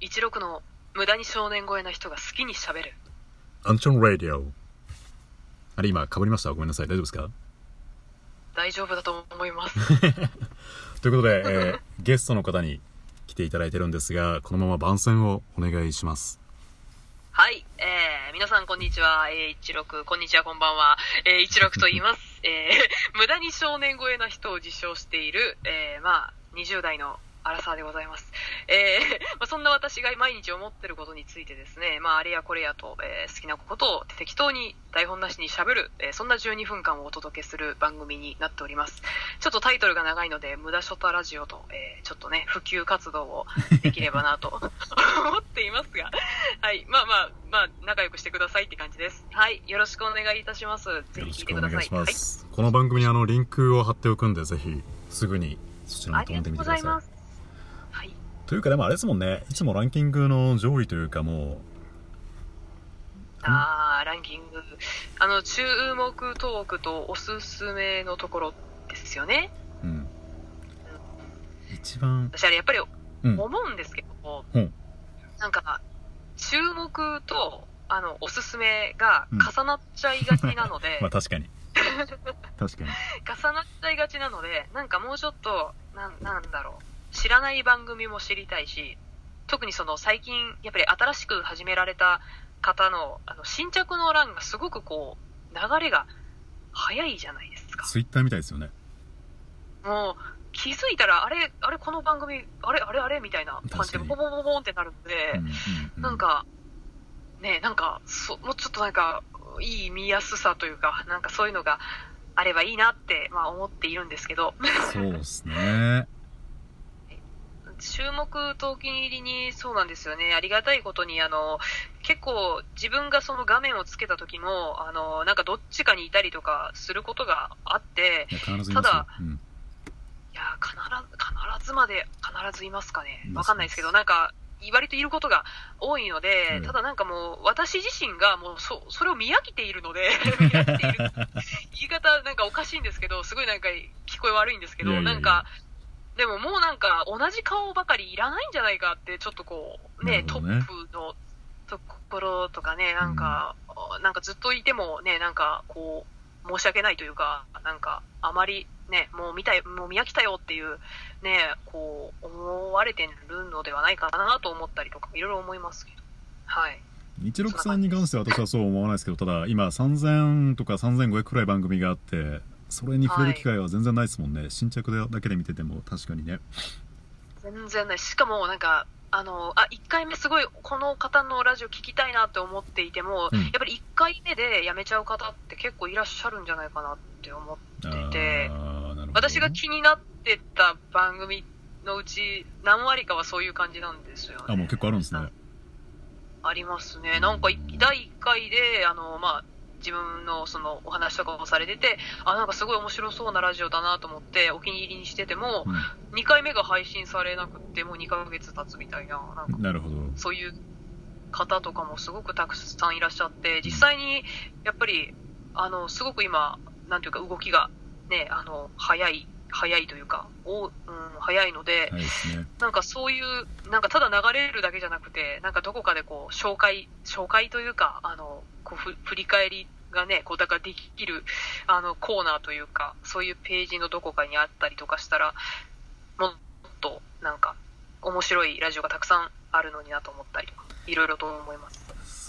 16の無駄に少年超えな人が好きにしゃべるアンチョンラディオ。あれ今かぶりました？ごめんなさい。大丈夫ですか？ 大丈夫だと思いますということで、ゲストの方に来ていただいてるんですが、このまま番宣をお願いします。 はい、皆さんこんにちは、16、こんにちは、こんばんは、16と言います、無駄に少年超えな人を自称している、20代のアラサーでございます。そんな私が毎日思ってることについてですね、あれやこれやと、好きなことを適当に台本なしに喋る、そんな12分間をお届けする番組になっております。ちょっとタイトルが長いので、無駄ショタラジオと、ちょっとね、普及活動をできればなと思っていますが、はい、仲良くしてくださいって感じです。はい、よろしくお願いいたします。ぜひ聞いてください。 よろしくお願いします。はい、この番組にリンクを貼っておくんで、ぜひすぐにそちらに飛んでみてください。ありがとうございます。はい、というかでもあれですもんね、いつもランキングの上位というかもうランキング注目トークとおすすめのところですよね。 一番私あれやっぱり思うんですけど、なんか注目とおすすめが重なっちゃいがちなので、 確かに重なっちゃいがちなので、なんかもうちょっとなんだろう、知らない番組も知りたいし、特にその最近やっぱり新しく始められた方の新着の欄がすごくこう流れが早いじゃないですか。 ツイッターみたいですよね。 もう気づいたらあれこの番組あれみたいな感じでボボボボンってなるんで、なんかね、なんかもうちょっとなんかいい見やすさというか、なんかそういうのがあればいいなって思っているんですけど。 そうですね。 注目とお気に入りに、そうなんですよね。ありがたいことに結構自分がその画面をつけた時もなんかどっちかにいたりとかすることがあって、ただ、いや必ずいますかね。わかんないですけど、なんか割といることが多いので、ただなんかもう私自身がもうそれを見飽きているので見飽きている言い方なんかおかしいんですけど、すごいなんか聞こえ悪いんですけど、なんかでももうなんか同じ顔ばかりいらないんじゃないかってちょっとこうね、トップのところとかね、なんかずっといてもね、なんかこう申し訳ないというか、なんかあまりね、もう見飽きたよっていうね、こう思われてるのではないかなと思ったりとかいろいろ思いますけど、はい。 16さんに関しては私はそう思わないですけど、ただ今3000とか3500くらい番組があって、それに触れる機会は全然ないですもんね。新着だけで見てても確かにね。 全然ない。しかもなんか1回目すごいこの方のラジオ聞きたいなって思っていても、やっぱり1回目でやめちゃう方って結構いらっしゃるんじゃないかなって思ってて、私が気になってた番組のうち何割かはそういう感じなんですよね。 もう結構あるんですね。 ありますね。なんか第1回で自分のそのお話とかもされてて、なんかすごい面白そうなラジオだなと思ってお気に入りにしてても、2回目が配信されなくてもう2ヶ月経つみたいな、 なるほど。そういう方とかもすごくたくさんいらっしゃって、実際にやっぱりすごく今なんていうか動きがね、早いというか早いので、なんかそういうなんかただ流れるだけじゃなくて、なんかどこかでこう紹介というかこう振り返りがね、こうだからできるコーナーというか、そういうページのどこかにあったりとかしたら、もっとなんか面白いラジオがたくさんあるのになと思ったりとか、いろいろと思います。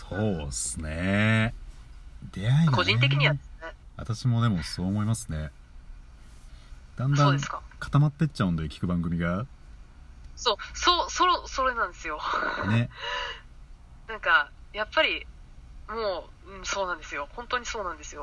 そうですね。出会いがね、 個人的にはですね。 私もでもそう思いますね。だんだん固まってっちゃうんで、聞く番組が。それなんですよ。 ね。 なんかやっぱりもう、そうなんですよ。本当にそうなんですよ。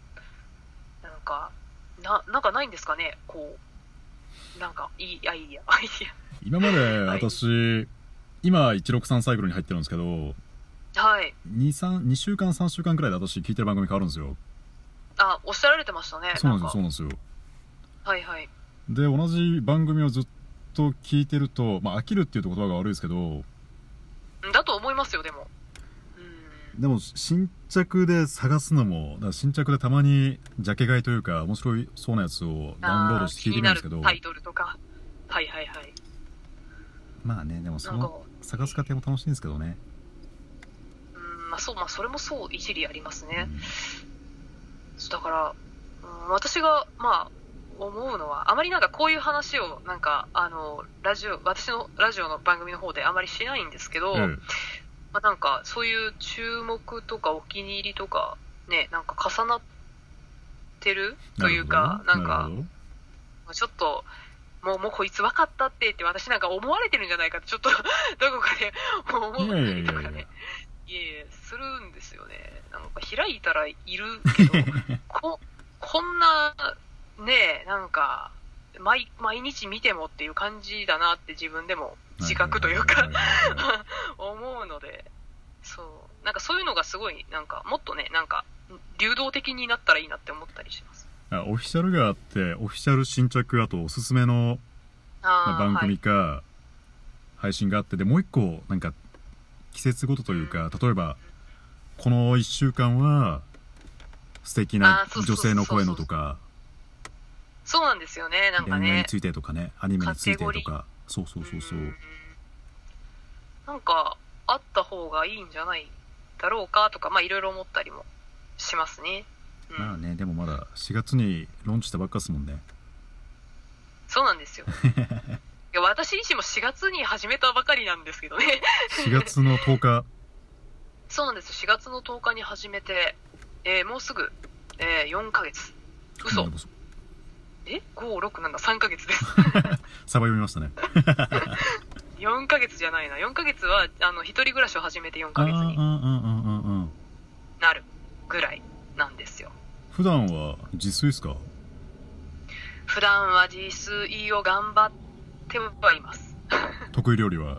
なんかないんですかね。こうなんかいいや今まで私、今163サイクルに入ってるんですけど、 はい。 2週間3週間くらいで私聞いてる番組変わるんですよ。 おっしゃられてましたね。 そうなんですよ。 はいはい。 で、同じ番組をずっと聞いてると、飽きるっていうと言葉が悪いですけど、 だと思いますよ。 でも新着で探すのも、だから新着でたまにジャケ買いというか面白いそうなやつをダウンロードして聞いてみるんですけど、 気になるタイトルとか、はい。 まあね、でもその探す過程も楽しいんですけどね。 まあそれもそう一理ありますね。だから、私がまあ思うのは、あまりなんかこういう話をなんか私のラジオの番組の方であまりしないんですけど、まあ、なんかそういう注目とかお気に入りとかね、なんか重なってるというか、なんかちょっともうこいつ分かったって私なんか思われてるんじゃないかってちょっとどこかで思ったりとかね、するんですよね。なんか開いたらいるけどこんなね、なんか毎日見てもっていう感じだなって自分でも自覚というか思うので、なんかそういうのがすごいなんかもっとね、なんか流動的になったらいいなって思ったりします。 オフィシャルがあって、オフィシャル新着、あとおすすめの番組か配信があって、でもう一個なんか季節ごとというか、例えばこの1週間は素敵な女性の声のとか、 そうなんですよね、なんかね、 恋愛についてとかね、アニメについてとか、そうなんかあった方がいいんじゃないだろうかとか、まあいろいろ思ったりもしますね。 まあね、でもまだ4月にローンチしたばっかっすもんね。 そうなんですよ。いや、私自身も4月に始めたばかりなんですけどね。 4月の10日。 そうなんです。4月の10日に始めて、もうすぐ、4ヶ月。嘘。5、6、7、3ヶ月です。 サバ読みましたね。 4ヶ月じゃないな。4ヶ月は一人暮らしを始めて4ヶ月になるぐらいなんですよ。 普段は自炊ですか？ 普段は自炊を頑張ってはいます。 得意料理は？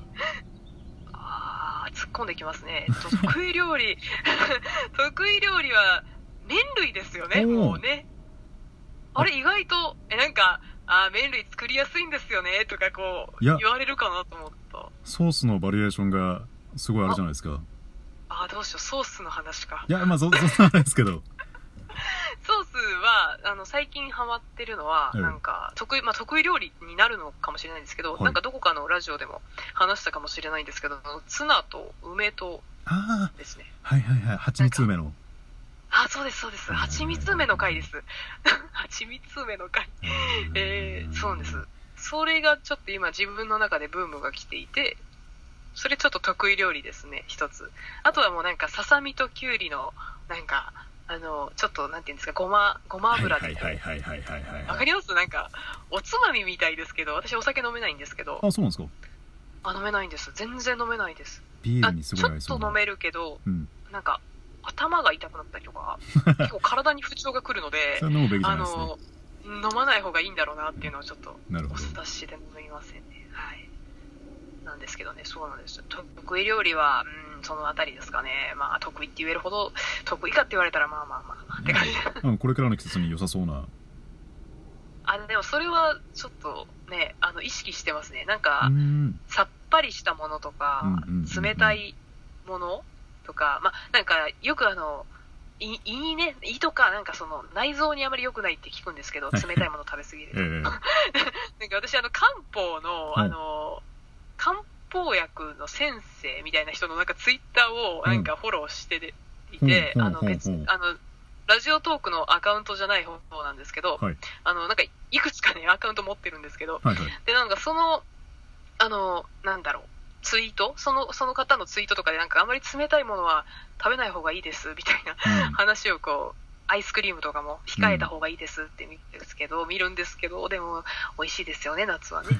突っ込んできますね。得意料理得意料理は麺類ですよね。もうね、あれ意外となんか麺類作りやすいんですよねとかこう言われるかなと思った。 ソースのバリエーションがすごいあるじゃないですか。 どうしよう、ソースの話か。 いや、まあそうなんですけどソースは最近ハマってるのは、なんか得意料理になるのかもしれないんですけど、なんかどこかのラジオでも話したかもしれないんですけど、ツナと梅とですね。 蜂蜜梅の。 そうですそうです。蜂蜜梅の回です。蜂蜜梅の回。そうなんです。それがちょっと今自分の中でブームが来ていて、それちょっと得意料理ですね、一つ。あとはもうなんかささみときゅうりのなんかちょっとなんていうんですか、ごま油で。わかります？なんかおつまみみたいですけど、私お酒飲めないんですけど。 そうなんですか？ 飲めないんです。全然飲めないです。 ビールにすごい合いそうな。 ちょっと飲めるけど、なんか頭が痛くなったりとか、結構体に不調が来るので、 それ飲むべきじゃないですね。 飲まない方がいいんだろうなっていうのをちょっとお察しで飲みませんね。なんですけどね、そうなんです。得意料理はそのあたりですかね。まあ得意って言えるほど得意かって言われたらまあって感じ。 これからの季節に良さそうな。 でもそれはちょっっとね、意識してますね。なんか、さっぱりしたものとか、冷たいものとか、まあ、なんか、よく胃とか、なんかその、内臓にあまり良くないって聞くんですけど、冷たいもの食べ過ぎると。なんか私、漢方の、漢方薬の先生みたいな人のなんかツイッターをなんかフォローしていて、ラジオトークのアカウントじゃない方なんですけど、なんかいくつかね、アカウント持ってるんですけど、で、なんかその、なんだろう、ツイートその方のツイートとかでなんかあんまり冷たいものは食べない方がいいですみたいな話をこう、アイスクリームとかも控えた方がいいですって見るんですけど、でも美味しいですよね、夏はね。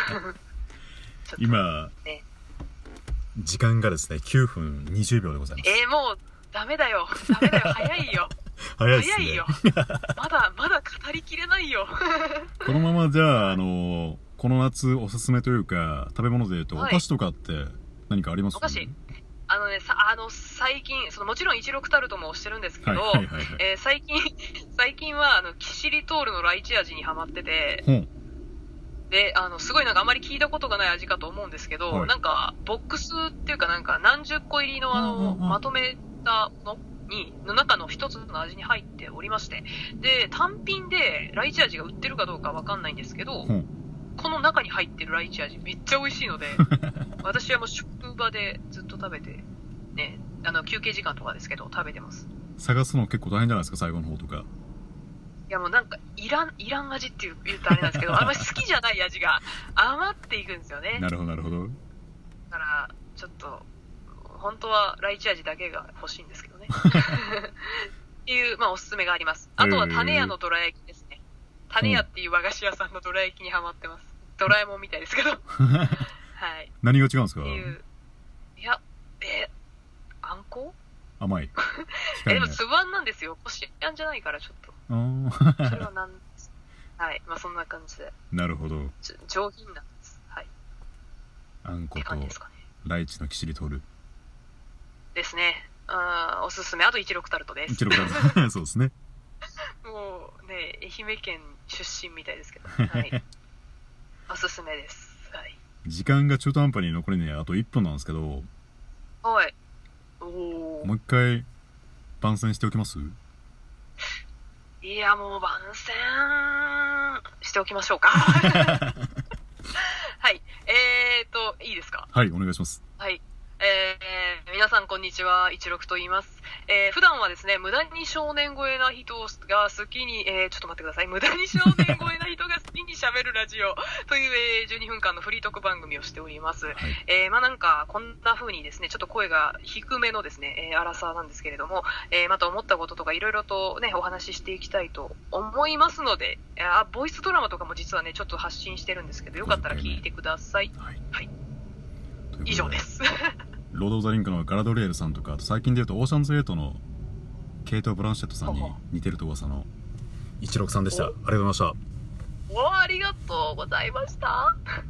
今、時間がですね、9分20秒でございます。 もうダメだよ、早いよ。 早いよ。 まだ語りきれないよ。 このままじゃあ、この夏おすすめというか、食べ物でいうと、お菓子とかって何かありますか？ お菓子最近、もちろん一六タルトもしてるんですけど、最近は、キシリトールのライチ味にハマってて、で、すごいなんかあまり聞いたことがない味かと思うんですけど、なんか、ボックスっていうかなんか何十個入りのまとめたの中の一つの味に入っておりまして、で、単品でライチ味が売ってるかどうかわかんないんですけど、 この中に入ってるライチ味めっちゃ美味しいので私はもう職場でずっと食べてね、休憩時間とかですけど食べてます。 探すの結構大変じゃないですか、最後の方とか。 いやもうなんかいらん味って言うとあれなんですけどあんまり好きじゃない味が余っていくんですよね。 なるほどなるほど。 だからちょっと本当はライチ味だけが欲しいんですけどねっていう、まあ、おすすめがあります。あとは種屋のどら焼きですね。種屋っていう和菓子屋さんのどら焼きにハマってます。ドラえもんみたいですけどはい。 何が違うんですか？ いや、あんこ甘いでも粒あんなんですよ。こしあんじゃないからちょっとそれはなんですはい。まあそんな感じで。 なるほど。 上品なんです。はい。 あんことね、 ライチのキシリトールですね。おすすめ。あと16タルトです。 16タルトそうですね。 もうね、愛媛県出身みたいですけど、はい、おすすめです。はい。 時間が中途半端に残りね、あと1分なんですけど、 はい。 もう一回番宣しておきます？ いや、もう番宣しておきましょうかはい。いいですか？ はい、お願いします。 はい。皆さんこんにちは、16と言います。普段はですね、無駄に少年超えな人が好きに、ちょっと待ってください。無駄に少年超えな人が好きに喋るラジオという、12分間のフリートーク番組をしております。はい、まあなんか、こんな風にですね、ちょっと声が低めのですね、アラサーなんですけれども、また思ったこととかいろいろとね、お話ししていきたいと思いますので、ボイスドラマとかも実はね、ちょっと発信してるんですけど、よかったら聞いてください。はい。はい、以上です。 ロード・オブ・ザ・リンクのガラドリエルさんとか、あと最近でいうとオーシャンズ8のケイト・ブランシェットさんに似てると噂の16さんでした。ありがとうございました。 ありがとうございました。